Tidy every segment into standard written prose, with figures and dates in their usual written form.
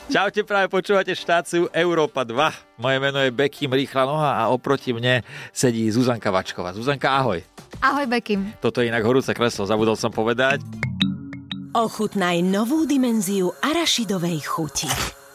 Čaute, práve počúvate štáciu Európa 2. Moje meno je Bekim Rýchla noha a oproti mne sedí Zuzanka Vačková. Zuzanka, ahoj. Ahoj, Bekim. Toto je inak horúce kreslo, zabudol som povedať. Ochutnaj novú dimenziu arašidovej chuti.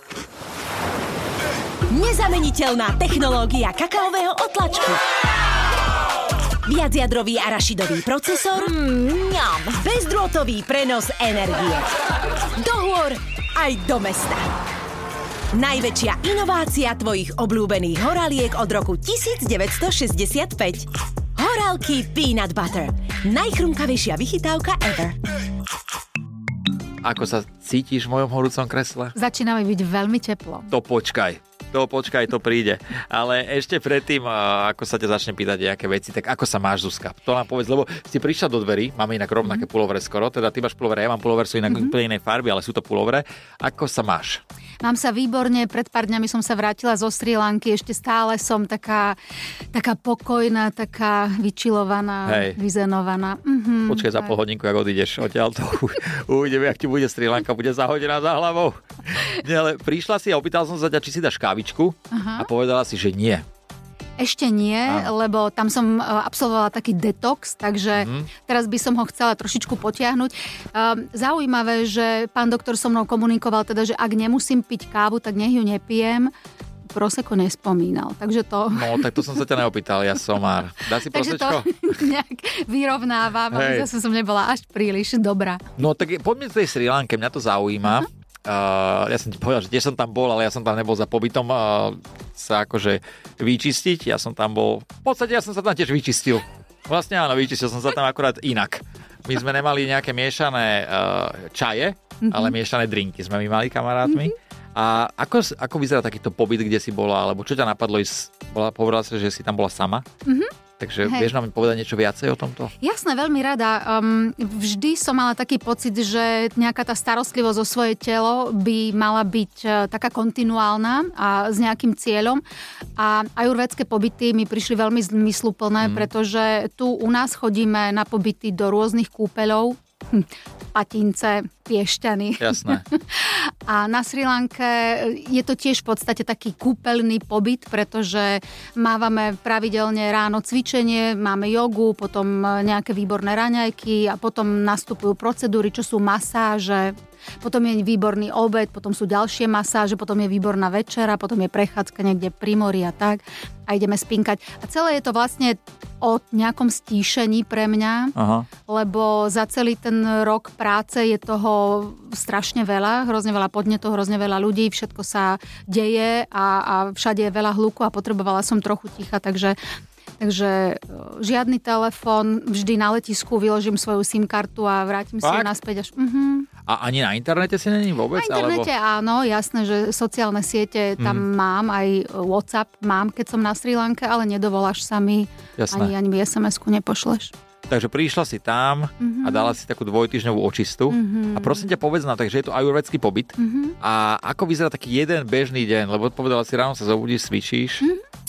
Nezameniteľná technológia kakaového otlačku. Viacjadrový arašidový procesor. Bezdrôtový prenos energie. Do hôr aj do mesta. Najväčšia inovácia tvojich obľúbených horaliek od roku 1965. Horálky Peanut Butter. Najchrumkavejšia vychytávka ever. Ako sa cítiš v mojom horúcom kresle? Začíname byť veľmi teplo. To počkaj, to príde. Ale ešte predtým, ako sa ťa začne pýtať nejaké veci, tak ako sa máš, Zuzka? To nám povedz, lebo si prišla do dverí, máme inak rovnaké pulovere skoro, teda ty máš pulovere, ja mám pulover, sú inak úplne inej farby, ale sú to pulovere. Ako sa máš? Mám sa výborne, pred pár dňami som sa vrátila zo Srí Lanky, ešte stále som taká pokojná, taká vyčilovaná, vyzenovaná. Počkaj za pol hodinku, ak odídeš odtiaľ, to uvidíme, jak ti bude Srí Lanka, bude zahodená za hlavou. Nie, ale prišla si a opýtal som sa ťa, či si dáš kávičku a povedala si, že nie. Ešte nie, lebo tam som absolvovala taký detox, takže teraz by som ho chcela trošičku potiahnuť. Zaujímavé, že pán doktor so mnou komunikoval, teda, že ak nemusím piť kávu, tak nech ju nepijem. Prosecco nespomínal, takže to... No, tak to som sa ťa neopýtal, ja somár. Dá si prosečko? Takže to nejak vyrovnávam, ale zase som nebola až príliš dobrá. No, tak poďme z tej Srí Lanke, mňa to zaujíma. Ja som ti povedal, že tiež som tam bol, ale ja som tam nebol za pobytom sa akože vyčistiť. Ja som tam bol, v podstate ja som sa tam tiež vyčistil. Vlastne áno, vyčistil som sa tam akurát inak. My sme nemali nejaké miešané čaje, ale miešané drinky sme my mali kamarátmi. A ako vyzerá takýto pobyt, kde si bola, alebo čo ťa napadlo ísť? Povedala si, že si tam bola sama? Takže vieš nám povedať niečo viacej o tomto? Jasné, veľmi rada. Vždy som mala taký pocit, že nejaká tá starostlivosť o svoje telo by mala byť taká kontinuálna a s nejakým cieľom. A ajurvédske pobyty mi prišli veľmi zmysluplné, pretože tu u nás chodíme na pobyty do rôznych kúpeľov, Patince, Piešťany. Jasné. A na Srí Lanke je to tiež v podstate taký kúpeľný pobyt, pretože mávame pravidelne ráno cvičenie, máme jogu, potom nejaké výborné raňajky a potom nastupujú procedúry, čo sú masáže, potom je výborný obed, potom sú ďalšie masáže, potom je výborná večera, potom je prechádzka niekde pri mori a tak a ideme spinkať. A celé je to vlastne o nejakom stíšení pre mňa, lebo za celý ten rok práce je toho strašne veľa, hrozne veľa podnetov, hrozne veľa ľudí, všetko sa deje a všade je veľa hluku a potrebovala som trochu ticha, takže žiadny telefón, vždy na letisku vyložím svoju SIM-kartu a vrátim si ju naspäť až... A ani na internete si není vôbec? Na internete áno, jasné, že sociálne siete tam mám, aj WhatsApp mám, keď som na Srí Lanke, ale nedovoláš sa mi, ani SMS-ku nepošleš. Takže prišla si tam a dala si takú dvojtýždňovú očistu. A prosím ťa, povedz nám, takže je to ajurvédsky pobyt. A ako vyzerá taký jeden bežný deň? Lebo povedala si, ráno sa zobudíš, cvičíš,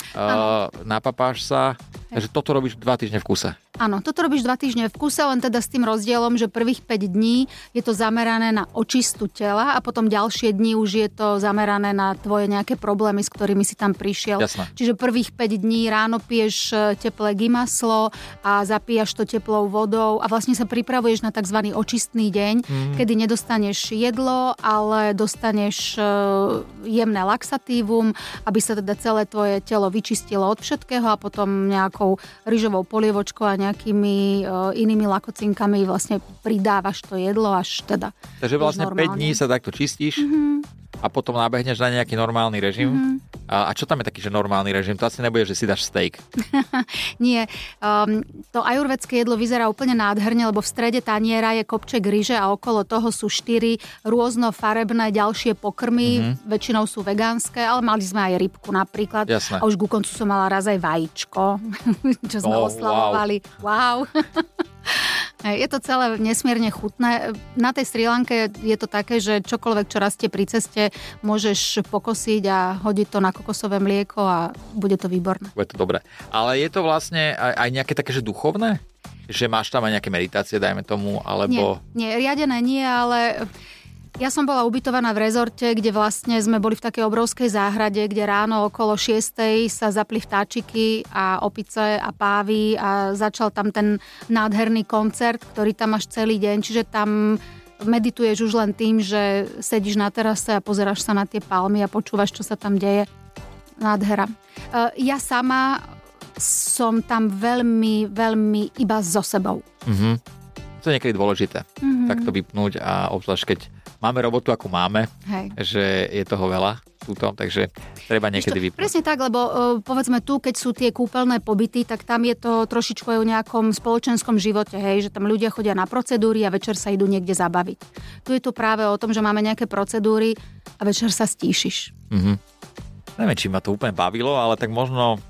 napapáš sa. Takže toto robíš 2 týždne v kuse. Áno, toto robíš 2 týždne v kuse, len teda s tým rozdielom, že prvých 5 dní je to zamerané na očistu tela a potom ďalšie dni už je to zamerané na tvoje nejaké problémy, s ktorými si tam prišiel. Jasné. Čiže prvých 5 dní ráno piješ teplé gymaslo a zapíjaš to teplou vodou a vlastne sa pripravuješ na tzv. Očistný deň, kedy nedostaneš jedlo, ale dostaneš jemné laxatívum, aby sa teda celé tvoje telo vyčistilo od všetkého a potom nejakou ryžovou polievočkou a nejakými inými lakocinkami vlastne pridávaš to jedlo až teda. Takže vlastne 5 dní sa takto čistíš a potom nabehneš na nejaký normálny režim. A čo tam je taký, že normálny režim? To asi nebude, že si dáš steak. Nie. To ajurvédske jedlo vyzerá úplne nádherne, lebo v strede taniera je kopček ryže a okolo toho sú 4 rôznofarebné ďalšie pokrmy. Väčšinou sú vegánske, ale mali sme aj rybku napríklad. Jasné. A už ku koncu som mala raz aj vajíčko, čo sme oslavovali. Wow. Je to celé nesmierne chutné. Na tej Srí Lanke je to také, že čokoľvek, čo rastie pri ceste, môžeš pokosiť a hodiť to na kokosové mlieko a bude to výborné. Bude to dobré. Ale je to vlastne aj nejaké také, že duchovné? Že máš tam aj nejaké meditácie, dajme tomu, alebo... Nie, riadené nie, ale... Ja som bola ubytovaná v rezorte, kde vlastne sme boli v takej obrovskej záhrade, kde ráno okolo 6:00 sa zapli vtáčiky a opice a pávy a začal tam ten nádherný koncert, ktorý tam máš celý deň, čiže tam medituješ už len tým, že sedíš na terase a pozeráš sa na tie palmy a počúvaš, čo sa tam deje. Nádhera. Ja sama som tam veľmi, veľmi iba so sebou. To je niekedy dôležité. Tak to vypnúť a obzvlášť, keď máme robotu, akú máme, že je toho veľa túto, takže treba niekedy vypnúť. Presne tak, lebo povedzme tu, keď sú tie kúpeľné pobyty, tak tam je to trošičku aj o nejakom spoločenskom živote, hej, že tam ľudia chodia na procedúry a večer sa idú niekde zabaviť. Tu je to práve o tom, že máme nejaké procedúry a večer sa stíšiš. Neviem, či ma to úplne bavilo, ale tak možno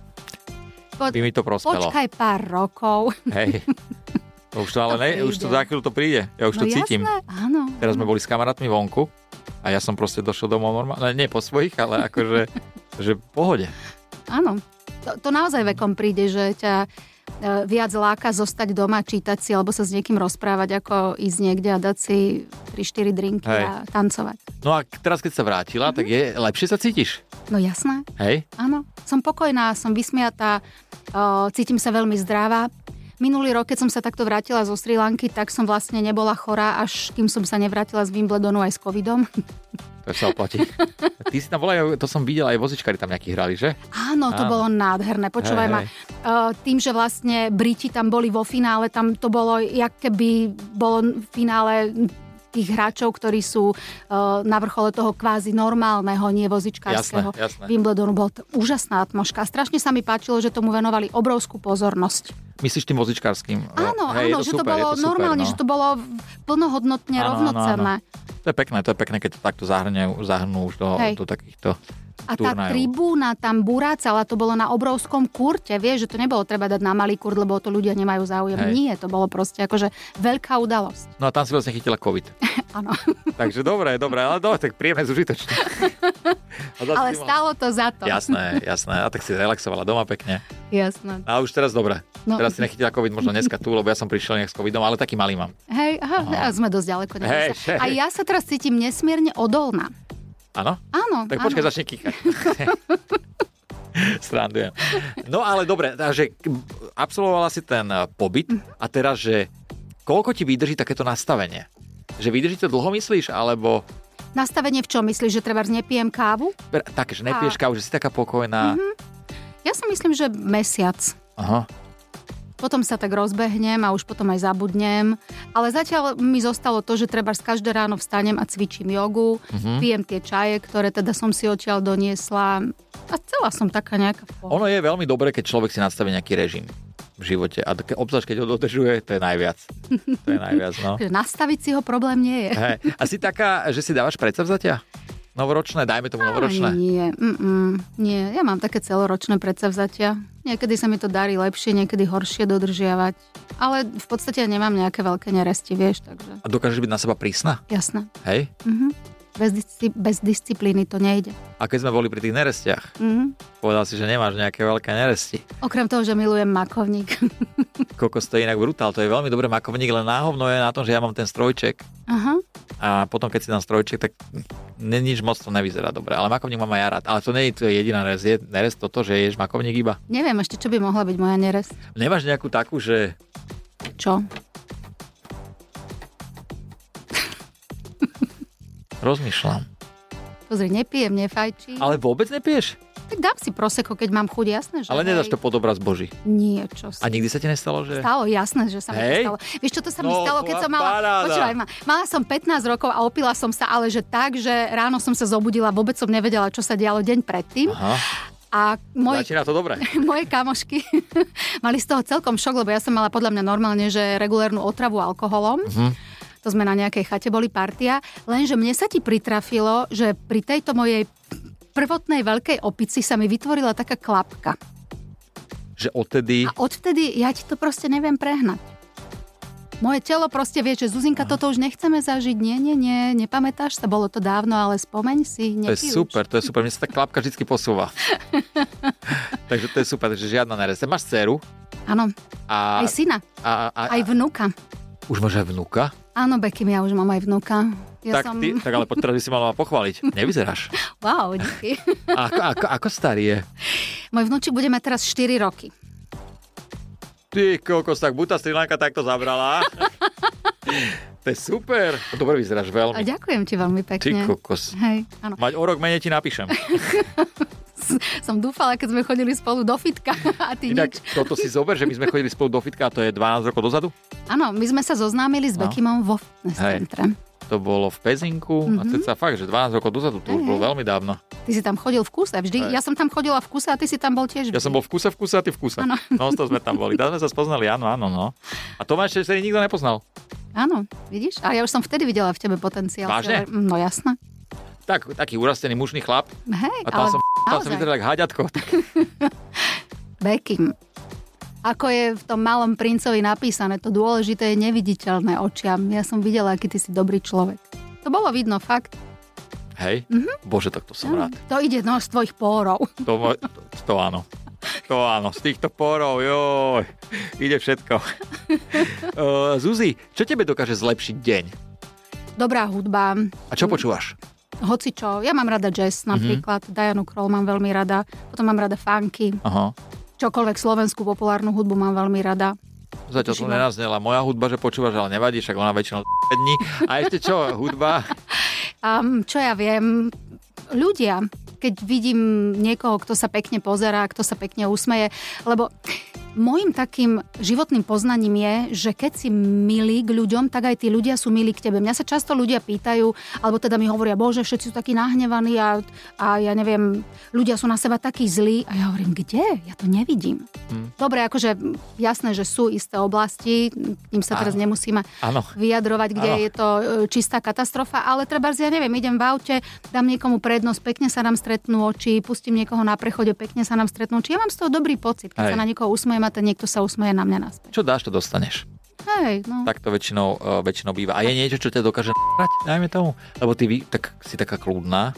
by mi to prospelo. Počkaj pár rokov. Hej. Už to ale už to za chvíľu to príde. Ja už to cítim. Áno. Teraz sme boli s kamarátmi vonku a ja som proste došiel domov normálne. Nie po svojich, ale akože že v pohode. Áno. To naozaj vekom príde, že ťa viac láka zostať doma, čítať si alebo sa s niekým rozprávať, ako ísť niekde a dať si 3-4 drinky a tancovať. No a teraz, keď sa vrátila, tak je lepšie sa cítiš? No jasné. Hej? Áno. Som pokojná, som vysmiatá, cítim sa veľmi zdravá. Minulý rok, keď som sa takto vrátila zo Sri Lanky, tak som vlastne nebola chorá, až kým som sa nevrátila z Wimbledonu aj s covidom. To sa oplatí. Ty si tam bola, to som videla, aj vozičkári tam nejakí hrali, že? Áno, to bolo nádherné. Počúvaj ma, tým, že vlastne Briti tam boli vo finále, tam to bolo, jak keby bolo v finále tých hráčov, ktorí sú na vrchole toho kvázi normálneho, nie vozičkárskeho Wimbledonu. Bol to úžasná atmosféra. Strašne sa mi páčilo, že tomu venovali obrovskú pozornosť. Myslíš tým vozičkárským? Áno, že to bolo normálne, že to bolo plnohodnotne rovnocenné. To je pekné, keď to takto zahrnú už do takýchto a tá tribúna tam burácala, to bolo na obrovskom kurte, vieš, že to nebolo treba dať na malý kurt, lebo to ľudia nemajú záujem. Nie, to bolo proste akože veľká udalosť. No a tam si vlastne chytila COVID. Áno. Takže dobre, ale tak príjemné, zúžitočné. Ale stálo to za to. Jasné. A tak si relaxovala doma pekne. Jasné. A už teraz dobre. No. Teraz si nechytila COVID, možno dneska tu, lebo ja som prišiel nejak s covidom, ale taký malý mám. Hej, sme dosť ďaleko. A ja sa teraz cítim nesmierne odolná. Áno? Áno. Tak počkaj, začne kýchať. Srandujem. No ale dobre, takže absolvovala si ten pobyt a teraz, že koľko ti vydrží takéto nastavenie? Že vydrží to dlho, myslíš, alebo... Nastavenie v čom? Myslíš, že trebárs nepijem kávu? Také, že nepiješ kávu, že si taká pokojná. Ja si myslím, že mesiac. Aha. Potom sa tak rozbehnem a už potom aj zabudnem. Ale zatiaľ mi zostalo to, že trebárs každé ráno vstanem a cvičím jogu, pijem tie čaje, ktoré teda som si odtiaľ doniesla a celá som taká nejaká Ono je veľmi dobré, keď človek si nastaví nejaký režim v živote a obzvlášť keď ho dodržuje, to je najviac. No. Nastaviť si ho problém nie je. Hey. A si taká, že si dávaš predsavzatia? Novoročné, dajme tomu novoročné. Nie, ja mám také celoročné predsavzatia. Niekedy sa mi to darí lepšie, niekedy horšie dodržiavať. Ale v podstate nemám nejaké veľké neresti, vieš, takže... A dokážeš byť na seba prísna? Jasné. Hej? Bez disciplíny to nejde. A keď sme boli pri tých nerestiach, povedal si, že nemáš nejaké veľké neresti. Okrem toho, že milujem makovník. Kokos, to je inak brutál, to je veľmi dobré makovník, len náhovno je na tom, že ja mám ten strojček. Aha. A potom, keď si dám strojček, tak nič moc to nevyzerá dobre. Ale makovník mám aj ja rád. Ale to nie je jediná nerest. Je nerest toto, že ješ makovník iba? Neviem ešte, čo by mohla byť moja nerest. Nemáš nejakú takú, že... Čo? Rozmýšľam. Pozri, nepijem, nefajčím. Ale vôbec nepiješ? Tak dám si prosecco, keď mám chuť, jasné, že... Ale nedáš to pod obraz Boží. Nie, čo si. A nikdy sa ti nestalo, že... Stalo, jasné, že sa mi to stalo. Vieš, čo to sa mi stalo, keď som mala... Počúvaj ma, mala som 15 rokov a opila som sa, ale že tak, že ráno som sa zobudila, vôbec som nevedela, čo sa dialo deň predtým. Aha. A začína to dobre. Moje kamošky mali z toho celkom šok, lebo ja som mala podľa mňa normálne, že regulérnu otravu alkoholom. To sme na nejakej chate boli partia. Lenže mne sa ti pritrafilo, že pri tejto mojej prvotnej veľkej opici sa mi vytvorila taká klapka. Že odtedy... A odvtedy ja ti to proste neviem prehnať. Moje telo proste vie, že Zuzinka, toto už nechceme zažiť. Nie, nepamätáš sa, bolo to dávno, ale spomeň si, nepí To je super. Mne sa tá klapka vždycky posúva. Takže to je super, že žiadna nereste. Máš dceru? Áno, aj syna, aj vnuka. Už máš aj vnuka? Áno, Bekim, ja už mám aj vnúka. Tak ale teraz by si mala pochváliť. Nevyzeráš. Wow, díky. Ako starý je? Môj vnúčik bude mať teraz 4 roky. Ty kokos, tak buď tá Sri Lanka takto zabrala. To je super. Dobre vyzeráš veľmi. A ďakujem ti veľmi pekne. Ty kokos. Hej, áno. Mať o rok menej ti napíšem. Som dúfala, keď sme chodili spolu do fitka a ty Inak, nič. toto si zober, že my sme chodili spolu do fitka a to je 12 rokov dozadu? Áno, my sme sa zoznámili s Bekimom vo fitness centre. To bolo v Pezinku a ceca fakt, že 12 rokov dozadu, to už bolo veľmi dávno. Ty si tam chodil v kuse vždy. Ja som tam chodila v kuse a ty si tam bol tiež vždy. Ja som bol v kuse a ty v kuse. Áno. No, to sme tam boli. Tam sme sa spoznali, áno. A to ma ešte nikto nepoznal. Áno, vidíš? A ja už som vtedy videla v tebe potenciál. Vážne? No jasné. Tak, taký urastený mužný chlap. Hej, A tam ale som vyzeral tak háďatko. Bekim. Ako je v tom Malom princovi napísané, to dôležité je neviditeľné očiam. Ja som videla, aký ty si dobrý človek. To bolo vidno, fakt. Hej? Bože, tak to som rád. To ide z tvojich pórov. To áno. To áno, z týchto pórov, joj, ide všetko. Zuzi, čo tebe dokáže zlepšiť deň? Dobrá hudba. A čo počúvaš? Hocičo. Ja mám rada jazz napríklad. Dianu Kroll mám veľmi rada. Potom mám rada funky. Aha. Čokoľvek slovenskú populárnu hudbu mám veľmi rada. Zatiaľ som nenaznela moja hudba, že počúvaš, ale nevadí, však ona väčšinou dní. A ešte čo, hudba? Čo ja viem, ľudia, keď vidím niekoho, kto sa pekne pozerá, kto sa pekne usmeje, lebo môjim takým životným poznaním je, že keď si milý k ľuďom, tak aj tí ľudia sú milí k tebe. Mňa sa často ľudia pýtajú, alebo teda mi hovoria, bože, všetci sú takí nahnevaní a ja neviem, ľudia sú na seba takí zlí. A ja hovorím, kde? Ja to nevidím. Dobre, akože jasné, že sú isté oblasti, k ním sa teraz nemusíme vyjadrovať, kde je to čistá katastrofa, ale trebárs, ja neviem, idem v aute, dám niekomu prednosť, pekne sa nám stretnú oči, pustím niekoho na prechode, pekne sa nám stretnú oči. Ja mám z toho dobrý pocit, keď sa na niekoho usmejem a ten niekto sa usmeje na mňa naspäť. Čo dáš, to dostaneš. Hej, no. Tak to väčšinou býva. A je niečo, čo ťa dokáže n***ať, dajme tomu? Lebo ty si taká kľudná.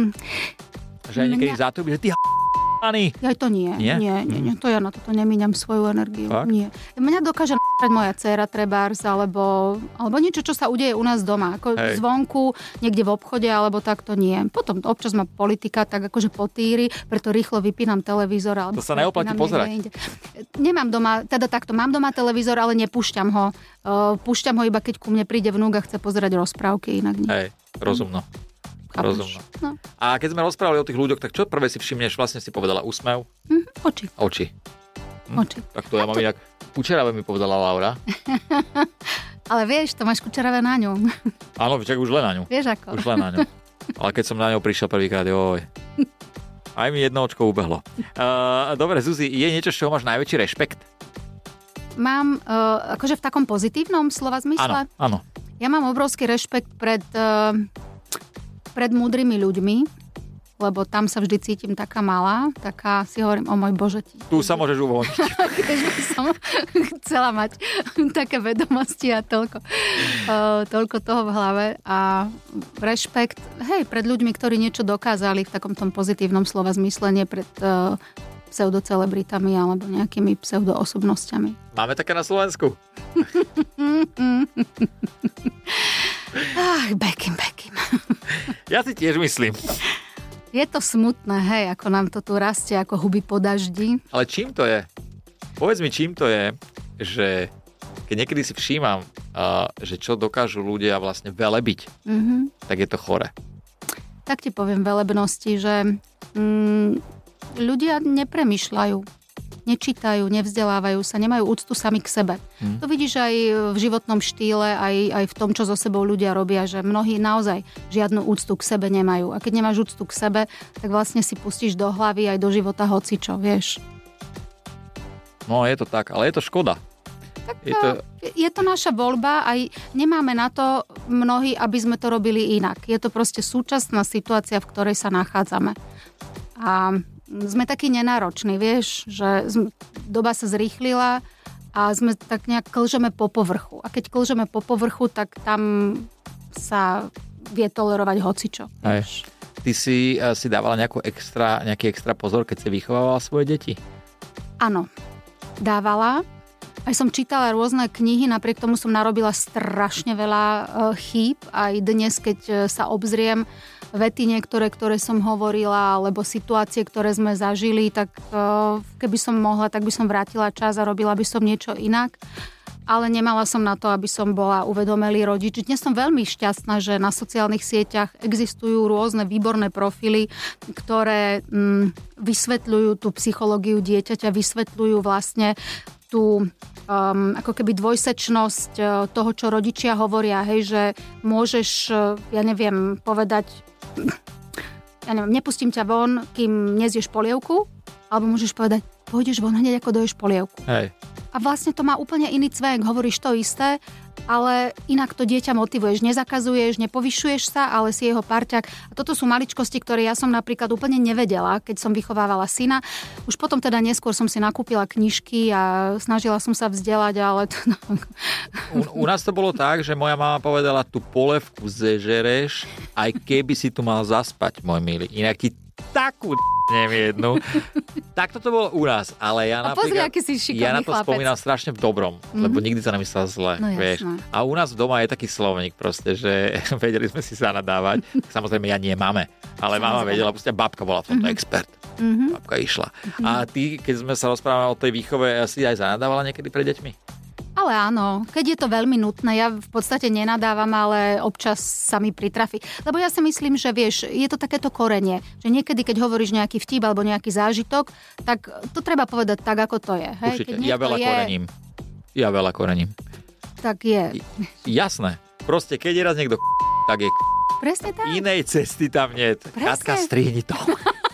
Že aj niekedy zátobí, že ty Ja to nie. Nie. To ja na toto nemíňam svoju energiu. Fakt? Nie. Mňa dokáže n***ať moja dcéra trebárs, alebo niečo, čo sa udeje u nás doma. Ako zvonku, niekde v obchode, alebo tak to nie. Potom občas ma politika tak akože potýri, preto rýchlo vypínam televízor. Alebo to sa neoplatí pozerať. Nemám doma, teda takto, mám doma televízor, ale nepúšťam ho. Púšťam ho iba, keď ku mne príde vnúk a chce pozerať rozprávky, inak nie. Hej, rozumno. Rozumno. No. A keď sme rozprávali o tých ľuďoch, tak čo prvé si všimneš? Vlastne si povedala úsmev? Oči. Tak to ja mám inak kučeravé mi povedala Laura. Ale vieš, to máš kučeravé na ňu. Áno, však už len na ňu. Vieš ako. Už len na ňu. Ale keď som na ňou prišiel prvýkrát, joj. Aj mi jedno očko ubehlo. Dobre, Zuzi, je niečo, z čoho máš najväčší rešpekt? Mám, akože v takom pozitívnom slova zmysle? Áno. Ja mám obrovský rešpekt pred múdrymi ľuďmi, lebo tam sa vždy cítim taká malá, taká si hovorím, o môj Bože. Tu sa môžeš uvoľniť. Keď by som chcela mať také vedomosti a toľko toho v hlave a rešpekt, pred ľuďmi, ktorí niečo dokázali v takom tom pozitívnom slova zmysle, nie pred pseudocelebritami alebo nejakými pseudoosobnosťami. Máme také na Slovensku? Bekim. Ja si tiež myslím. Je to smutné, ako nám to tu rastie ako huby po daždi. Ale čím to je? Povedz mi, čím to je, že keď niekedy si všímam, že čo dokážu ľudia vlastne velebiť, tak je to chore. Tak ti poviem velebnosti, že ľudia nepremýšľajú, nečítajú, nevzdelávajú sa, nemajú úctu sami k sebe. To vidíš aj v životnom štýle, aj v tom, čo so sebou ľudia robia, že mnohí naozaj žiadnu úctu k sebe nemajú. A keď nemáš úctu k sebe, tak vlastne si pustíš do hlavy aj do života hocičo, vieš. No, je to tak, ale je to škoda. Tak je to naša voľba a nemáme na to mnohí, aby sme to robili inak. Je to proste súčasná situácia, v ktorej sa nachádzame. A sme takí nenároční, vieš, že doba sa zrýchlila a sme tak nejak klžeme po povrchu. A keď klžeme po povrchu, tak tam sa vie tolerovať hocičo. Ty si dávala nejaký extra pozor, keď si vychovávala svoje deti? Áno, dávala. Aj som čítala rôzne knihy, napriek tomu som narobila strašne veľa chýb. Aj dnes, keď sa obzriem vety niektoré, ktoré som hovorila, alebo situácie, ktoré sme zažili, tak keby som mohla, tak by som vrátila čas a robila by som niečo inak. Ale nemala som na to, aby som bola uvedomelý rodič. Dnes som veľmi šťastná, že na sociálnych sieťach existujú rôzne výborné profily, ktoré vysvetľujú tú psychológiu dieťaťa, vysvetľujú vlastne tú ako keby dvojsečnosť toho, čo rodičia hovoria, hej, že môžeš, ja neviem, povedať, nepustím ťa von, kým nezješ polievku, alebo môžeš povedať, pôjdeš von hneď, ako doješ polievku. Hej. A vlastne to má úplne iný cvenk, hovoríš to isté, ale inak to dieťa motivuješ, nezakazuješ, nepovyšuješ sa, ale si jeho parťák. A toto sú maličkosti, ktoré ja som napríklad úplne nevedela, keď som vychovávala syna. Už potom teda neskôr som si nakúpila knižky a snažila som sa vzdelať, ale to... U nás to bolo tak, že moja mama povedala, tú polevku zežereš, aj keby si tu mal zaspať, môj milý. Inak ti takú jednu. Tak toto bolo u nás, ale ja napríklad... Ja na to spomínam strašne v dobrom, lebo nikdy sa nemyslel zle, vieš. A u nás doma je taký slovník proste, že vedeli sme si zanadávať. Samozrejme, ja nie máme, ale mama vedela, proste babka bola v tomto expert. Babka išla. A ty, keď sme sa rozprávali o tej výchove, si aj zanadávala niekedy pre deťmi? Ale áno, keď je to veľmi nutné, ja v podstate nenadávam, ale občas sa mi pritrafí. Lebo ja si myslím, že vieš, je to takéto korenie, že niekedy, keď hovoríš nejaký vtip alebo nejaký zážitok, tak to treba povedať tak, ako to je. Hej? Určite, ja veľa korením. Tak je. Jasné, proste keď je raz niekto tak je presne tak. Inej cesty tam nie. Katka, strihni to.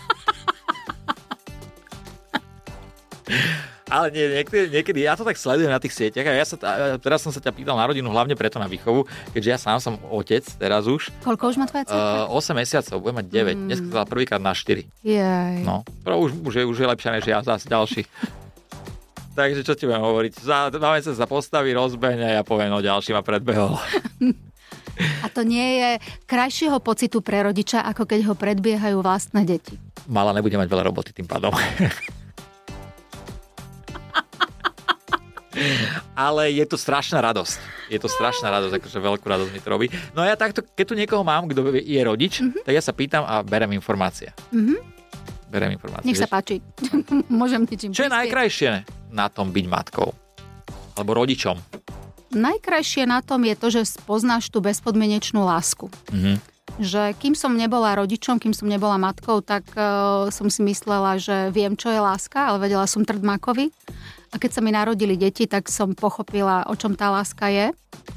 Ale niekedy ja to tak sledujem na tých sieťach a teraz som sa ťa pýtal na rodinu hlavne preto na výchovu, keďže ja sám som otec teraz už. Koľko už má tvoja dcera? 8 mesiacov, budem mať 9. Dnes sa dala prvýkrát na 4. Jej. No, už je lepšia než ja zase ďalší. Takže čo ti budem hovoriť? Máme sa postaví, rozbehne a ja poviem, no ďalší ma predbehol. A to nie je krajšieho pocitu pre rodiča, ako keď ho predbiehajú vlastné deti. Mala nebude mať veľa roboty tým pádom. Ale je to strašná radosť. Akože veľkú radosť mi to robí. No a ja takto, keď tu niekoho mám, kto je rodič, tak ja sa pýtam a berem informácie. Berem informácie. Nech sa páči. Môžem ti čím Čo je najkrajšie na tom byť matkou? Alebo rodičom? Najkrajšie na tom je to, že spoznáš tú bezpodmienečnú lásku. Že kým som nebola rodičom, kým som nebola matkou, tak som si myslela, že viem, čo je láska, ale vedela som trdmákovi. A keď sa mi narodili deti, tak som pochopila, o čom tá láska je.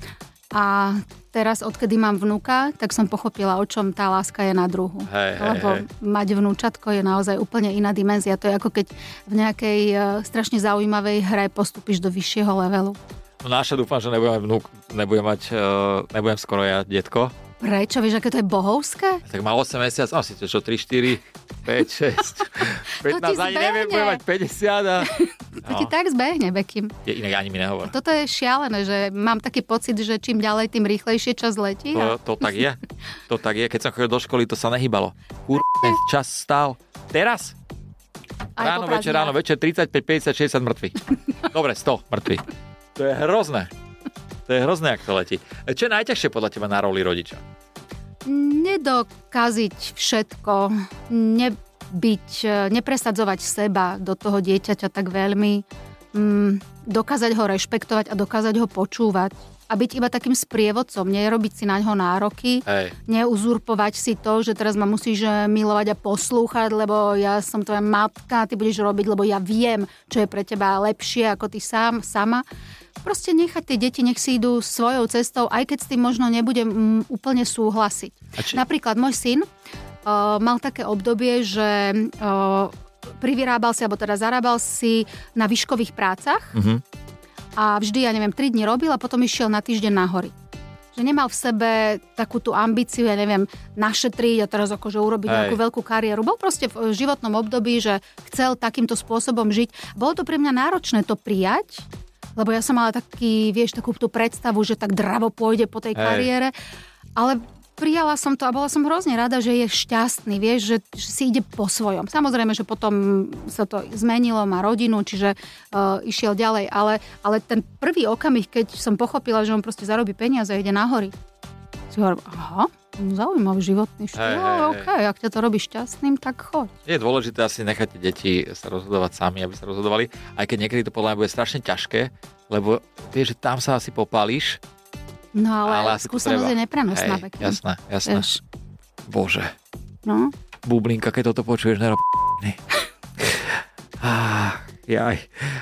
A teraz, odkedy mám vnuka, tak som pochopila, o čom tá láska je na druhu. Lebo mať vnúčatko je naozaj úplne iná dimenzia. To je ako keď v nejakej strašne zaujímavej hre postupíš do vyššieho levelu. No naša dúfam, že nebudem skoro ja detko. Prečo? Vieš, aké to je bohovské? Tak má 8 mesiacov, asi to čo, 3, 4, 5, 6, 15, ani neviem, bude mať 50 a... To ti tak zbehne, Bekim. Inak ani mi nehovor. Toto je šialené, že mám taký pocit, že čím ďalej, tým rýchlejšie čas letí. To tak je. To tak je. Keď som chodil do školy, to sa nehýbalo. Čas stál. Teraz? Ráno, večer, 35, 50, 60 mŕtvych. Dobre, 100 mŕtvych. To je hrozné. Jak to letí. Čo je najťažšie podľa teba na roli rodiča? Nedokaziť všetko, nepresadzovať seba do toho dieťaťa tak veľmi, dokázať ho rešpektovať a dokázať ho počúvať a byť iba takým sprievodcom, nerobiť si naňho nároky, neuzurpovať si to, že teraz ma musíš milovať a poslúchať, lebo ja som tvoja matka a ty budeš robiť, lebo ja viem, čo je pre teba lepšie ako ty sama. Proste nechať tie deti, nech si idú svojou cestou, aj keď s tým možno nebudem úplne súhlasiť. Napríklad môj syn mal také obdobie, že privyrábal si, alebo teda zarábal si na výškových prácach a vždy, 3 dni robil a potom išiel na týždeň na hory. Že nemal v sebe takú tú ambíciu, našetriť a teraz akože urobiť nejakú veľkú kariéru. Bol proste v životnom období, že chcel takýmto spôsobom žiť. Bolo to pre mňa náročné to prijať, lebo ja som mala takú tú predstavu, že tak dravo pôjde po tej kariére, ale prijala som to a bola som hrozne rada, že je šťastný, vieš, že si ide po svojom. Samozrejme, že potom sa to zmenilo, má rodinu, čiže išiel ďalej, ale ten prvý okamih, keď som pochopila, že on proste zarobí peniaze a ide na hory. Si hovorím, aha, zaujímavý životný štýl, okej, ak ťa to robí šťastným, tak choď. Je dôležité asi nechať deti sa rozhodovať sami, aby sa rozhodovali, aj keď niekedy to podľa mňa bude strašne ťažké, lebo vieš, že tam sa asi popálíš. No ale skúsenosť je neprenosná. Jasné. Vieš. Bože. No. Bublinka, keď toto počuješ, nerob jaj.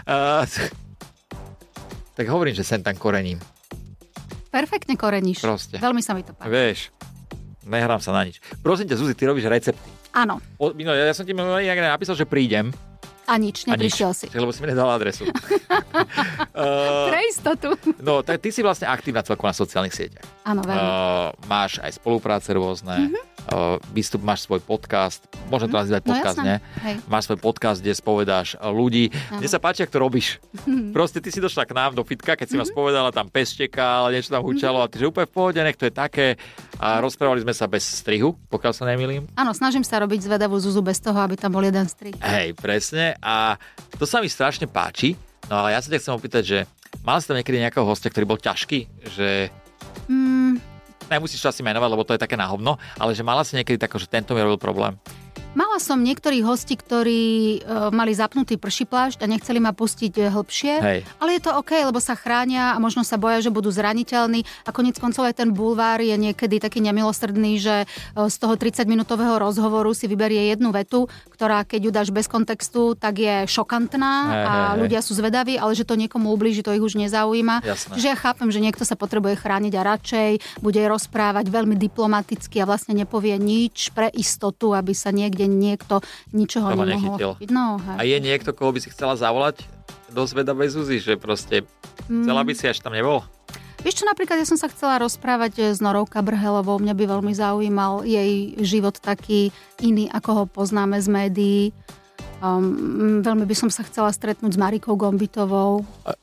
Tak hovorím, že sem tam korením. Perfektne koreníš. Proste. Veľmi sa mi to páči. Vieš, nehrám sa na nič. Prosím ťa, Zuzi, ty robíš recepty. Áno. Ja som ti napísal, že prídem. A nič, neprišiel si. Lebo si mi nedal adresu. Pre istotu. No, tak ty si vlastne aktívna celkom na sociálnych sieťach. Áno, veľmi. Máš aj spolupráce rôzne. Výstup, máš svoj podcast. Môžem to nazývať podcast, no, nie? Hej. Máš svoj podcast, kde spovedáš ľudí. Mne sa páči, ak to robíš. Proste ty si došla k nám do fitka, keď si ma spovedala, tam pes čekal, niečo tam hučalo a ty, že úplne v pohode, nech to je také. A rozprávali sme sa bez strihu, pokiaľ sa nemýlim. Áno, snažím sa robiť zvedavú Zuzu bez toho, aby tam bol jeden strih. Hej, presne. A to sa mi strašne páči. No ale ja sa ťa chcem opýtať, že mala si tam niekedy nejakého hostia, ktorý bol ťažký? Že... Nemusíš to asi menovať, lebo to je také náhodno, ale že mala si niekedy tako, že tento mi robil problém? Mala som niektorých hostí, ktorí mali zapnutý pršiplášť a nechceli ma pustiť hlbšie. Hej. Ale je to OK, lebo sa chránia a možno sa boja, že budú zraniteľní. A koniec koncov aj ten bulvár je niekedy taký nemilosrdný, že z toho 30-minútového rozhovoru si vyberie jednu vetu, ktorá keď ju dáš bez kontextu, tak je šokantná a ľudia sú zvedaví, ale že to niekomu ublíži, to ich už nezaujíma. Jasné. Čiže ja chápem, že niekto sa potrebuje chrániť a radšej bude rozprávať veľmi diplomaticky a vlastne nepovie nič pre istotu, aby sa niekde niekto ničoho nemohol chytiť. No, a je niekto, koho by si chcela zavolať do zvedavej Zuzi, že proste chcela by si, až tam nebol? Vieš čo, napríklad ja som sa chcela rozprávať s Norou Kabrhelovou, mňa by veľmi zaujímal jej život taký iný, ako ho poznáme z médií. Veľmi by som sa chcela stretnúť s Marikou Gombitovou.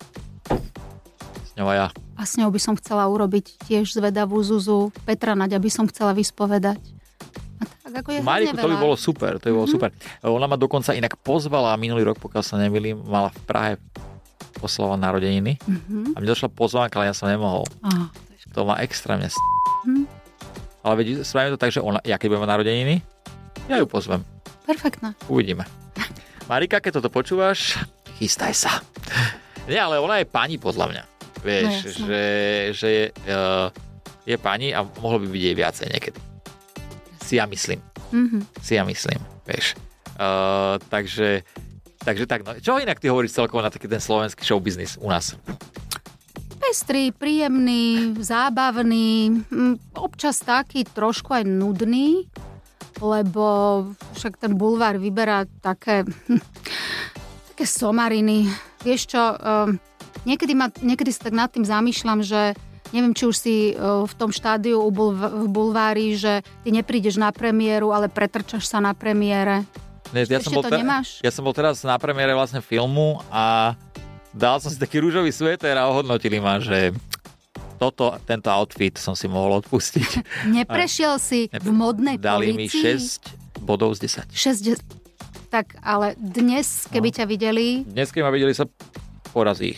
S ňou a ja. A s ňou by som chcela urobiť tiež zvedavú Zuzu. Petra Naďa by som chcela vyspovedať. Ako je Mariku, to by bolo super, super. Ona ma dokonca inak pozvala minulý rok, pokiaľ sa nemýlim, mala v Prahe oslavovať narodeniny a mi došla pozvánka, ale ja som nemohol. To má extrémne Ale veď spravíme to tak, že ona, ja keď budem mať narodeniny, ja ju pozvem. Perfektné. Uvidíme. Marika, keď toto počúvaš, chystaj sa. Nie, ale ona je pani podľa mňa. Vieš, no, že je pani a mohlo by byť jej viacej niekedy. Si ja myslím, vieš. Takže tak, no. Čo inak ty hovoríš celkovo na taký ten slovenský showbiznis u nás? Pestrý, príjemný, zábavný, občas taký trošku aj nudný, lebo však ten bulvár vyberá také somariny. Vieš čo, niekedy sa tak nad tým zamýšľam, že neviem, či už si v tom štádiu v bulvári, že ty neprídeš na premiéru, ale pretrčaš sa na premiére. Nemáš? Ja som bol teraz na premiére vlastne filmu a dal som si taký rúžový sveter a ohodnotili ma, že tento outfit som si mohol odpustiť. Neprešiel si v modnej dali polícii? Dali mi 6 bodov z 10. Tak, ale dnes, keby ťa videli... Dnes, keby ma videli, sa porazí ich.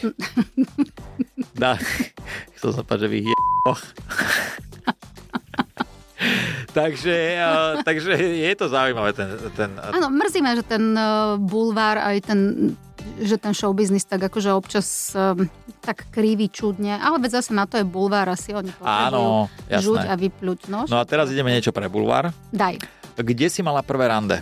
Chcel som povedať, že vy takže je to zaujímavé. Áno, mrzí ma, že ten bulvár aj že ten showbiznis tak akože občas tak kriví čudne, ale veď zase na to je bulvár, asi oni potrebujú žuť a vypľuť. No a teraz ideme niečo pre bulvár. Daj. Kde si mala prvé rande?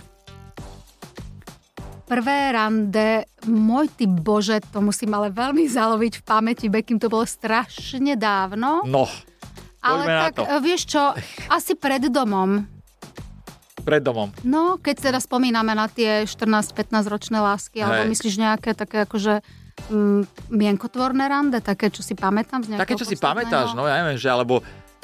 Prvé rande, môj ty bože, to musím ale veľmi zaloviť v pamäti, Bekim, to bolo strašne dávno. No, ale tak, vieš čo, asi pred domom. Pred domom. No, keď teda spomíname na tie 14-15 ročné lásky, alebo myslíš nejaké také akože mienkotvorné rande, také, čo si pamätám z nejakého Také, čo si pamätáš, no ja neviem, že alebo...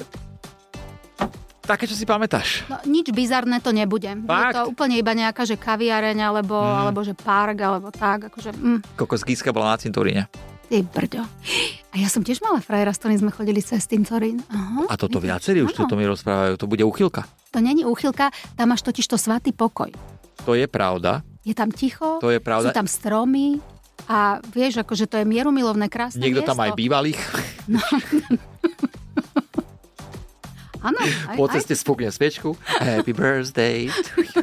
Také, čo si pamätáš. No, nič bizarné to nebude. Bude to úplne iba nejaká, že kaviareň, alebo že park, alebo tak. Akože, Kokos Gíska bola na cintoríne. Ty brďo. A ja som tiež mala frajera, s ktorým sme chodili cez Cintorín. A toto viacerí už to mi rozprávajú. To bude úchylka. To není úchylka, tam máš totiž to svatý pokoj. To je pravda. Je tam ticho, To je pravda. sú tam stromy a vieš, akože to je mierumilovné, krásne Niekto miesto. tam aj bývalých. Áno, aj, Po ceste spúkne sviečku. Happy birthday to you.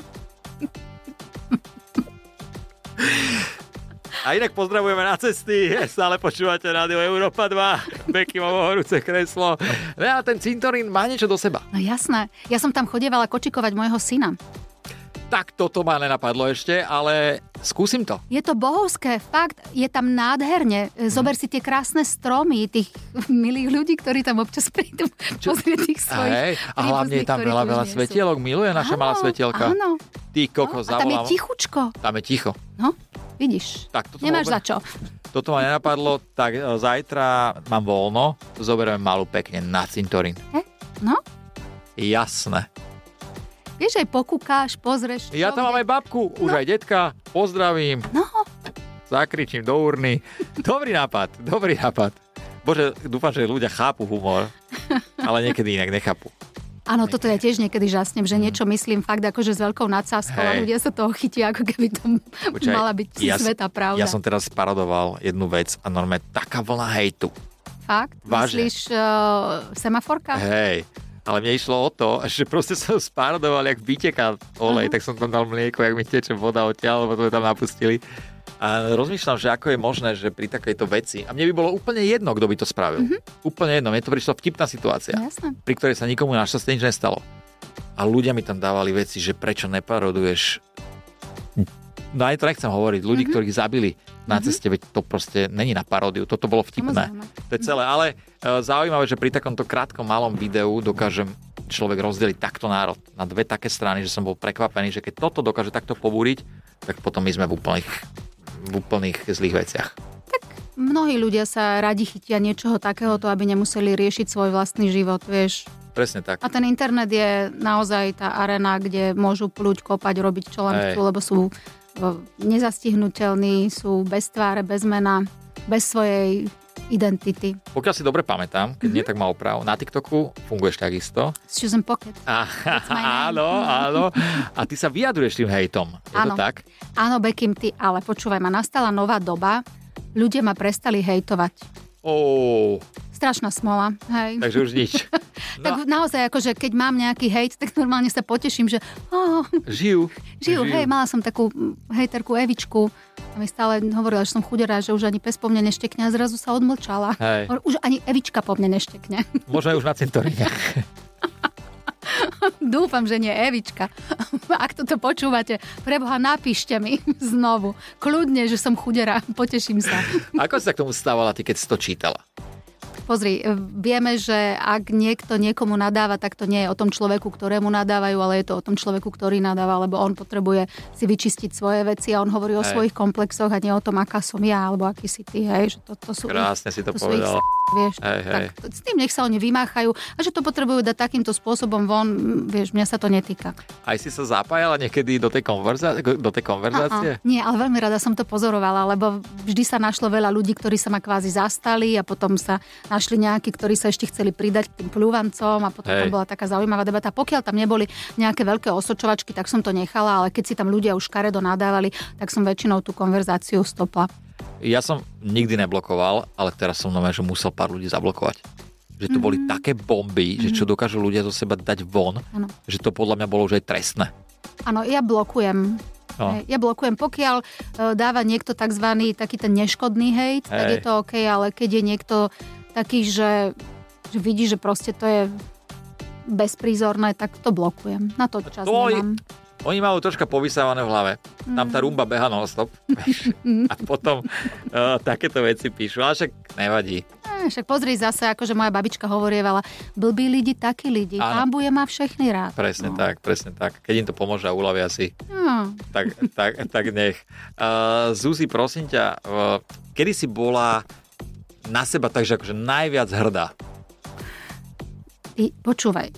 A inak pozdravujeme na cesty. Stále počúvate Rádio Európa 2. Bekimovo horúce kreslo. No a ten cintorín má niečo do seba. No jasné. Ja som tam chodievala kočikovať môjho syna. Tak toto ma nenapadlo ešte, ale skúsim to. Je to bohovské, fakt. Je tam nádherne. Zober si tie krásne stromy, tých milých ľudí, ktorí tam občas prídu pozrieť tých svojich. Hej, a hlavne je tam veľa svetielok. Miluje naša malá svetielka. Áno. Ty kokos, A tam je zavolám. tichučko. Tam je ticho. No, vidíš. Tak, toto Nemáš za čo. Toto ma nenapadlo, tak zajtra mám voľno, zoberieme malú pekne na cintorín. No, Jasné. vieš, aj pokúkáš, pozrieš. Ja tam mám aj babku, už aj detka, pozdravím, No, zakričím do urny. Dobrý nápad. Bože, dúfam, že ľudia chápu humor, ale niekedy inak nechápu. áno, toto ja tiež niekedy žasnem, že niečo myslím fakt akože s veľkou nadsázkou a Hej. ľudia sa toho chytia, ako keby to Počkaj, mala byť sveta pravda. Ja som teraz parodoval jednu vec a normálne taká vlna hejtu. Fakt? Vážne. Myslíš semaforka? Hej, ale mne išlo o to, že proste som sparodoval, jak vyteká olej, tak som tam dal mlieko, jak mi teče voda odtiaľ, lebo to tam napustili. A rozmýšľam, že ako je možné, že pri takejto veci, a mne by bolo úplne jedno, kto by to spravil. Úplne jedno, mne to prišlo vtipná situácia, Jasné. pri ktorej sa nikomu našťastie nič nestalo. A ľudia mi tam dávali veci, že prečo neparoduješ. No aj to nechcem hovoriť, ľudí, ktorých zabili na ceste, veď to proste není na paródiu, toto bolo vtipné. Samozrejme. To je celé, ale zaujímavé, že pri takomto krátkom malom videu dokážem človek rozdeliť takto národ na dve také strany, že som bol prekvapený, že keď toto dokáže takto pobúriť, tak potom my sme v úplných zlých veciach. Mnohí ľudia sa radi chytia niečoho takéhoto, aby nemuseli riešiť svoj vlastný život, vieš. Presne tak. A ten internet je naozaj tá arena, kde môžu plúť, kopať, robiť čo len chcú, lebo sú nezastihnutelní, sú bez tváre, bez mena, bez svojej identity. Pokiaľ si dobre pamätám, keď nie tak má oprav, na TikToku funguješ takisto. Susan Pocket. Áno. A ty sa vyjadruješ tým hejtom. Je to Áno. tak? Áno, Bekim, ty, ale počúvaj ma, nastala nová doba, ľudia ma prestali hejtovať. Strašná smola, hej. Takže už nič. Tak naozaj, akože keď mám nejaký hejt, tak normálne sa poteším, že Žijú. hej, mala som takú hejterku Evičku a mi stále hovorila, že som chudera, že už ani pes po mne neštekne a zrazu sa odmlčala. Hej. Už ani Evička po mne neštekne. Možno už na cintoríne. Dúfam, že nie Evička. Ak toto počúvate, preboha, napíšte mi znovu. Kľudne, že som chudera, poteším sa. Ako si sa k tomu stávala ty, keď si to čítala? Pozri, vieme, že ak niekto niekomu nadáva, tak to nie je o tom človeku, ktorému nadávajú, ale je to o tom človeku, ktorý nadáva, lebo on potrebuje si vyčistiť svoje veci a on hovorí o svojich komplexoch a nie o tom, aká som ja, alebo aký si ty, hej, že to sú Krásne si to sú ich povedala. vieš, Hej. tak s tým nech sa oni vymáchajú a že to potrebujú dať takýmto spôsobom von, vieš, mňa sa to netýka. Aj si sa zapájala niekedy do tej konverzácie? Nie, ale veľmi rada som to pozorovala, lebo vždy sa našlo veľa ľudí, ktorí sa ma kvázi zastali a potom sa našli nejakí, ktorí sa ešte chceli pridať k tým pľúvancom a potom tam bola taká zaujímavá debata. Pokiaľ tam neboli nejaké veľké osočovačky, tak som to nechala, ale keď si tam ľudia už škaredo nadávali, tak som väčšinou tú konverzáciu stopla. Ja som nikdy neblokoval, ale teraz som že musel pár ľudí zablokovať. Že to boli také bomby, že čo dokážu ľudia zo seba dať von, že to podľa mňa bolo už aj trestné. Áno, ja blokujem. Ja blokujem, pokiaľ dáva niekto takzvaný taký ten neškodný hejt, tak je to OK, ale keď je niekto taký, že vidí, že proste to je bezprízorné, tak to blokujem. Na to čas nemám. Oni majú troška povysávané v hlave. Tam tá rumba beha non-stop. A potom takéto veci píšu. Ale však nevadí. Však pozri zase, akože moja babička hovorievala, blbí lidi, takí lidi. Pán bude ma všechny rád. Presne tak. Keď im to pomôže a uľavia si, tak nech. Zuzi, prosím ťa, kedy si bola na seba takže akože najviac hrdá? Ty, počúvaj,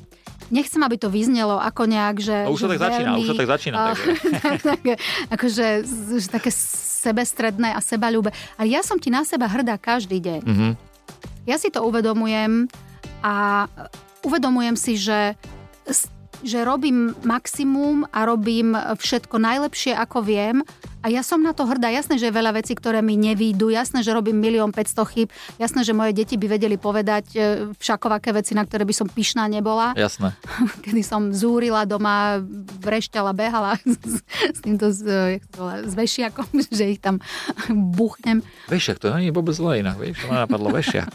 nechcem, aby to vyznelo ako nejak, že... Už to tak začína. Akože také sebestredné a sebaľúbe. Ale ja som ti na seba hrdá každý deň. Mm-hmm. Ja si to uvedomujem a uvedomujem si, že robím maximum a robím všetko najlepšie, ako viem. A ja som na to hrdá. Jasné, že je veľa vecí, ktoré mi nevídu. Jasné, že robím 1 500 chýb. Jasné, že moje deti by vedeli povedať všakovaké veci, na ktoré by som pyšná nebola. Jasné. Kedy som zúrila doma, vrešťala, behala s týmto s vešiakom, že ich tam buchnem. Vešiak, to nie je vôbec zlé inak. Vieš, to ma napadlo vešiak.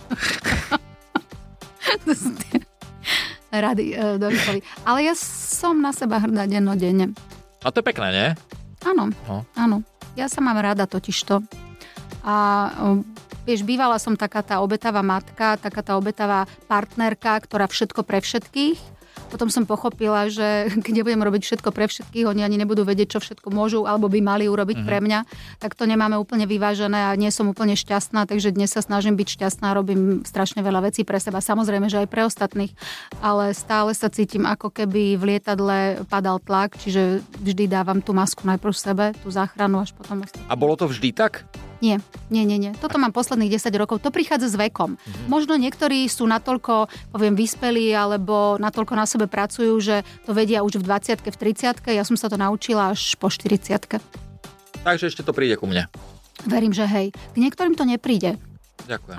Rady do výchovy. Ale ja som na seba hrdá dennodenne. A to je pekné, nie? Áno, áno. Ja sa mám rada totižto. A vieš, bývala som taká tá obetavá matka, taká tá obetavá partnerka, ktorá všetko pre všetkých. Potom som pochopila, že keď nebudem robiť všetko pre všetkých, oni ani nebudú vedieť, čo všetko môžu alebo by mali urobiť pre mňa. Tak to nemáme úplne vyvážené a nie som úplne šťastná, takže dnes sa snažím byť šťastná, robím strašne veľa vecí pre seba. Samozrejme, že aj pre ostatných, ale stále sa cítim, ako keby v lietadle padal tlak, čiže vždy dávam tú masku najprv sebe, tú záchranu až potom ostatných. A bolo to vždy tak? Nie. Toto mám posledných 10 rokov. To prichádza s vekom. Možno niektorí sú natoľko, vyspelí alebo natoľko na sebe pracujú, že to vedia už v 20-ke, v 30-ke. Ja som sa to naučila až po 40-ke. Takže ešte to príde ku mne. Verím, že hej. K niektorým to nepríde. Ďakujem.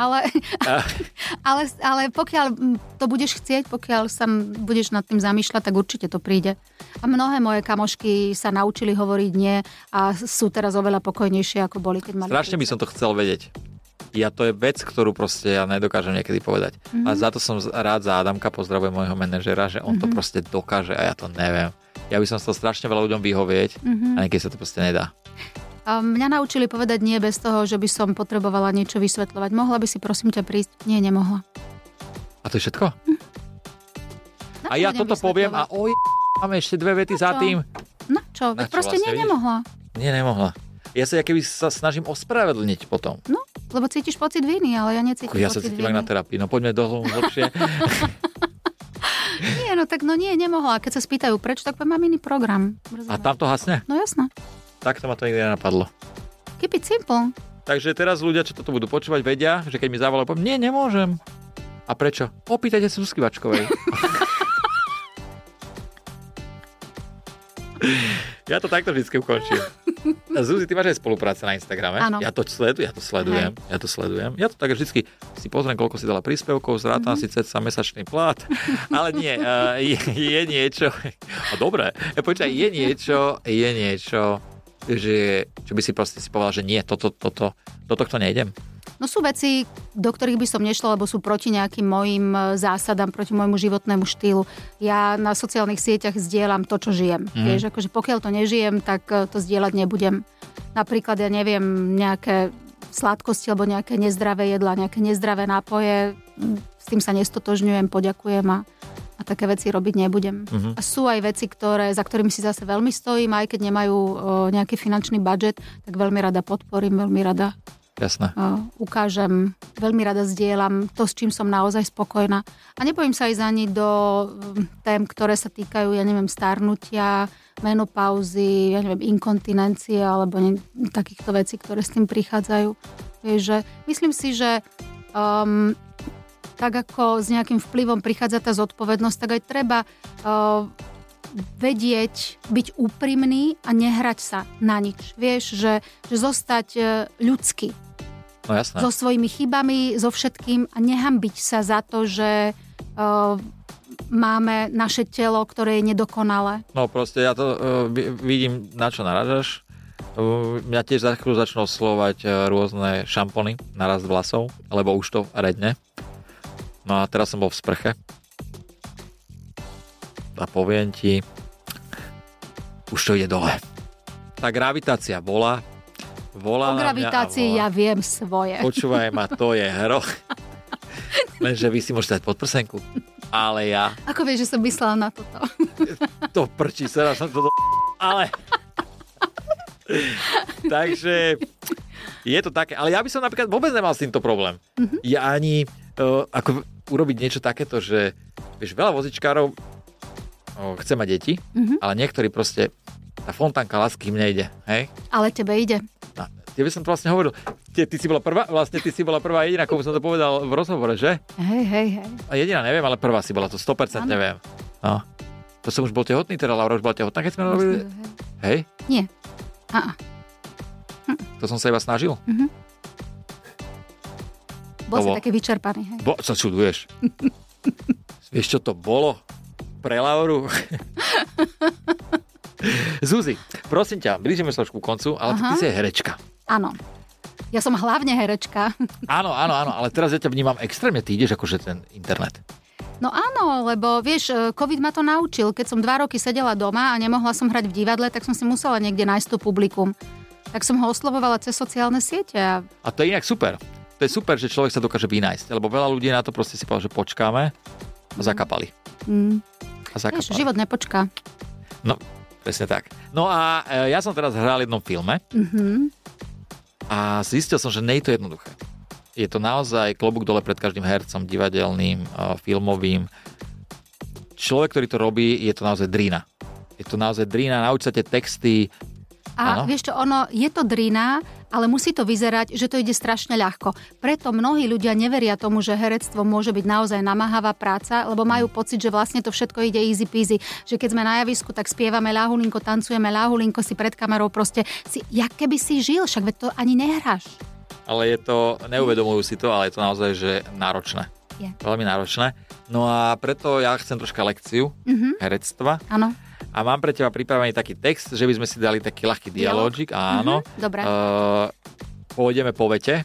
Ale pokiaľ to budeš chcieť, pokiaľ sa budeš nad tým zamýšľať, tak určite to príde. A mnohé moje kamošky sa naučili hovoriť nie a sú teraz oveľa pokojnejšie, ako boli, keď mali... Strašne by som to chcel vedieť. To je vec, ktorú proste ja nedokážem niekedy povedať. A za to som rád za Adamka, pozdravujem môjho manažera, že on to proste dokáže a ja to neviem. Ja by som chcel strašne veľa ľuďom vyhovieť a niekedy sa to proste nedá. Mňa naučili povedať nie bez toho, že by som potrebovala niečo vysvetľovať. Mohla by si prosím ťa prísť? Nie, nemohla. A to je všetko? A ja toto poviem a máme ešte 2 vety za tým. Na čo? Proste vlastne nemohla. Nie, nemohla. Ja sa keby sa snažím ospravedlniť potom. No, lebo cítiš pocit viny, ale ja necítim pocit viny. Ja sa cítim na terapii. No poďme do hlbšie. Nie, nemohla. Keď sa spýtajú prečo, tak mám iný program. A tam to hasne? No jasné. Tak to ma to nikdy nenapadlo. Keep it simple. Takže teraz ľudia, čo toto budú počúvať, vedia, že keď mi zavolajú, poviem, nie, nemôžem. A prečo? Opýtajte sa Zuzky Vačkovej. Ja to takto vždycky ukončím. Zuzi, ty máš aj spolupráce na Instagrame. Áno. Ja to sledujem. Ja to tak vždycky si pozriem, koľko si dala príspevkov, zrátam si ceca mesačný plat. Ale nie, je niečo... Dobre, počkaj, je niečo, že čo by si proste si povedal, že nie, do tohto nejdem. No sú veci, do ktorých by som nešla, lebo sú proti nejakým mojim zásadám, proti môjmu životnému štýlu. Ja na sociálnych sieťach zdieľam to, čo žijem. Vieš, akože pokiaľ to nežijem, tak to zdieľať nebudem. Napríklad, ja neviem, nejaké sladkosti alebo nejaké nezdravé jedlá, nejaké nezdravé nápoje. S tým sa nestotožňujem, poďakujem a také veci robiť nebudem. A sú aj veci, za ktorými si zase veľmi stojím, aj keď nemajú nejaký finančný budžet, tak veľmi rada podporím, veľmi rada ukážem, veľmi rada zdieľam to, s čím som naozaj spokojná. A nebojím sa ísť ani do tém, ktoré sa týkajú, starnutia, menopauzy, inkontinencie alebo takýchto vecí, ktoré s tým prichádzajú. Vieš, myslím si, že tak ako s nejakým vplyvom prichádza tá zodpovednosť, tak aj treba vedieť, byť úprimný a nehrať sa na nič. Vieš, že zostať ľudský. No jasné. So svojimi chybami, so všetkým a nehanbiť sa za to, že máme naše telo, ktoré je nedokonalé. No proste ja to vidím, na čo narážaš. Mňa tiež za chvíľu začnú oslovať rôzne šampóny na rast vlasov, lebo už to redne. No a teraz som bol v sprche. A poviem ti, už to ide dole. Tá gravitácia volá o gravitácii ja viem svoje. Počúvaj ma, to je hroch. Lenže vy si môžete dať podprsenku. Ale ja... Ako vieš, že som myslela na toto? To prčí, teraz som to Ale... Takže... Je to také. Ale ja by som napríklad vôbec nemal s týmto problém. Ja ani... ako urobiť niečo takéto, že... Vieš, veľa vozičkárov chce mať deti, ale niektorí proste, tá fontánka lásky im nejde, hej? Ale tebe ide. No, tebe som to vlastne hovoril. Ty si bola prvá jediná, komu som to povedal v rozhovore, že? Hej. A jediná neviem, ale prvá si bola, to 100% neviem. No. To som už bol tehotný, teda Laura už bola tehotná, keď sme robili? Hej? Nie. To som sa iba snažil? Bol si taký vyčerpaný, hej? Sa čuduješ. Vieš, čo to bolo pre Lauru? Zuzi, prosím ťa, blížime sa už ku koncu, ale ty si herečka. Áno. Ja som hlavne herečka. Áno, ale teraz ja ťa vnímam extrémne, ty ideš akože ten internet. No áno, lebo vieš, COVID ma to naučil. Keď som 2 roky sedela doma a nemohla som hrať v divadle, tak som si musela niekde nájsť to publikum. Tak som ho oslovovala cez sociálne siete. A to je inak super. To je super, že človek sa dokáže vynájsť, lebo veľa ľudí na to proste si povedal, že počkáme a zakapali. Vieš, život nepočká. No, presne tak. No a ja som teraz hral v jednom filme a zistil som, že nie je to jednoduché. Je to naozaj klobúk dole pred každým hercom, divadelným, filmovým. Človek, ktorý to robí, je to naozaj drina. Je to naozaj drina, nauč sa tie texty. A vieš čo, je to drina, ale musí to vyzerať, že to ide strašne ľahko. Preto mnohí ľudia neveria tomu, že herectvo môže byť naozaj namáhavá práca, lebo majú pocit, že vlastne to všetko ide easy peasy. Že keď sme na javisku, tak spievame ľahulinko, tancujeme ľahulinko, si pred kamerou proste jak keby si žil, však veď to ani nehráš. Ale je to, neuvedomujú si to, ale je to naozaj, že náročné. Je. Veľmi náročné. No a preto ja chcem troška lekciu herectva. Áno. A mám pre teba pripravený taký text, že by sme si dali taký ľahký dialógik. Áno. Dobre. Pôjdeme po vete.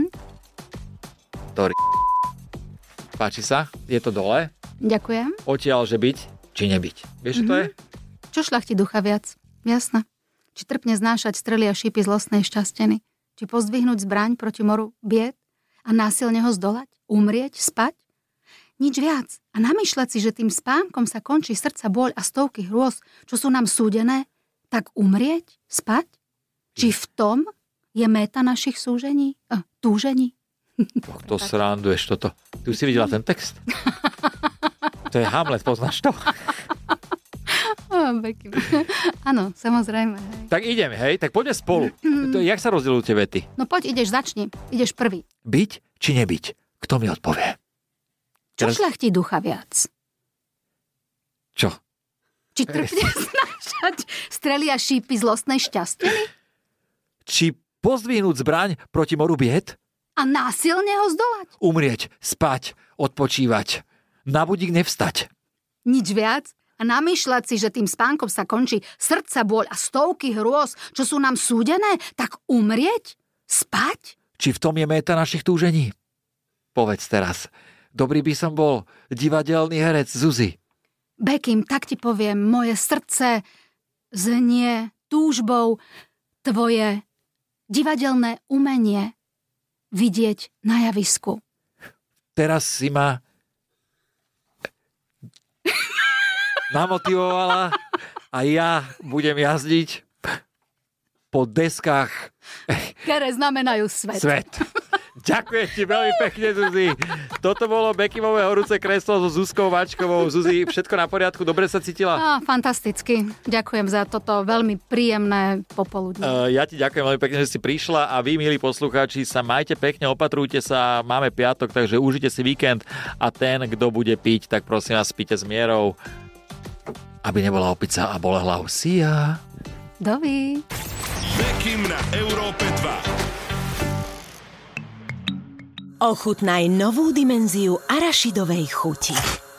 Páči sa? Je to dole. Ďakujem. Odtiaľ, že byť, či nebyť. Vieš, čo to je? Čo šľachti ducha viac? Jasné. Či trpne znášať strely a šípy zlostnej šťasteny? Či pozdvihnúť zbraň proti moru bied a násilne ho zdolať? Umrieť? Spať? Nič viac. A namýšľať si, že tým spánkom sa končí srdca bôľ a stovky hrôz, čo sú nám súdené, tak umrieť? Spať? Či v tom je méta našich súžení? Túžení? To sranduješ toto. Ty už si videla ten text? To je Hamlet, poznáš to? Áno, samozrejme. Hej. Tak ideme, hej? Tak poďme spolu. Jak sa rozdielujú tie vety? No poď, začni. Ideš prvý. Byť či nebyť? Kto mi odpovie? Čo šľachtí ducha viac? Čo? Či trpne znášať strely a šípy zlostnej šťasteny? Či pozdvihnúť zbraň proti moru bied? A násilne ho zdolať? Umrieť, spať, odpočívať. Na budík nevstať. Nič viac? A namýšľať si, že tým spánkom sa končí srdca bôľ a stovky hrôz, čo sú nám súdené, tak umrieť? Spať? Či v tom je méta našich túžení? Povedz teraz. Dobrý by som bol divadelný herec Zuzi. Bekim, tak ti poviem, moje srdce znie túžbou tvoje divadelné umenie vidieť na javisku. Teraz si ma namotivovala a ja budem jazdiť po deskách, ktoré znamenajú svet. Ďakujem ti veľmi pekne, Zuzi. Toto bolo Bekimové horúce kreslo so Zuzkou Vačkovou. Zuzi, všetko na poriadku? Dobre sa cítila? Fantasticky. Ďakujem za toto veľmi príjemné popoludne. Ja ti ďakujem veľmi pekne, že si prišla a vy, milí poslucháči, sa majte pekne, opatrujte sa. Máme piatok, takže užite si víkend a ten, kto bude piť, tak prosím vás, píte s mierou, aby nebola opica a bola hlavu. See ya. Dovi. Bekim na Európe 2. Ochutnaj novú dimenziu arašidovej chuti.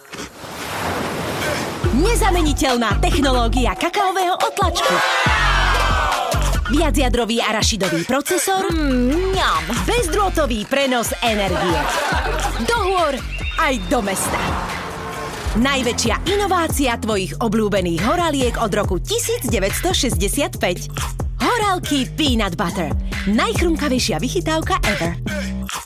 Nezameniteľná technológia kakaového otlačku. Viacjadrový arašidový procesor. Bezdrôtový prenos energie. Do hôr aj do mesta. Najväčšia inovácia tvojich obľúbených horaliek od roku 1965. Horálky Peanut Butter. Najchrumkavejšia vychytávka ever.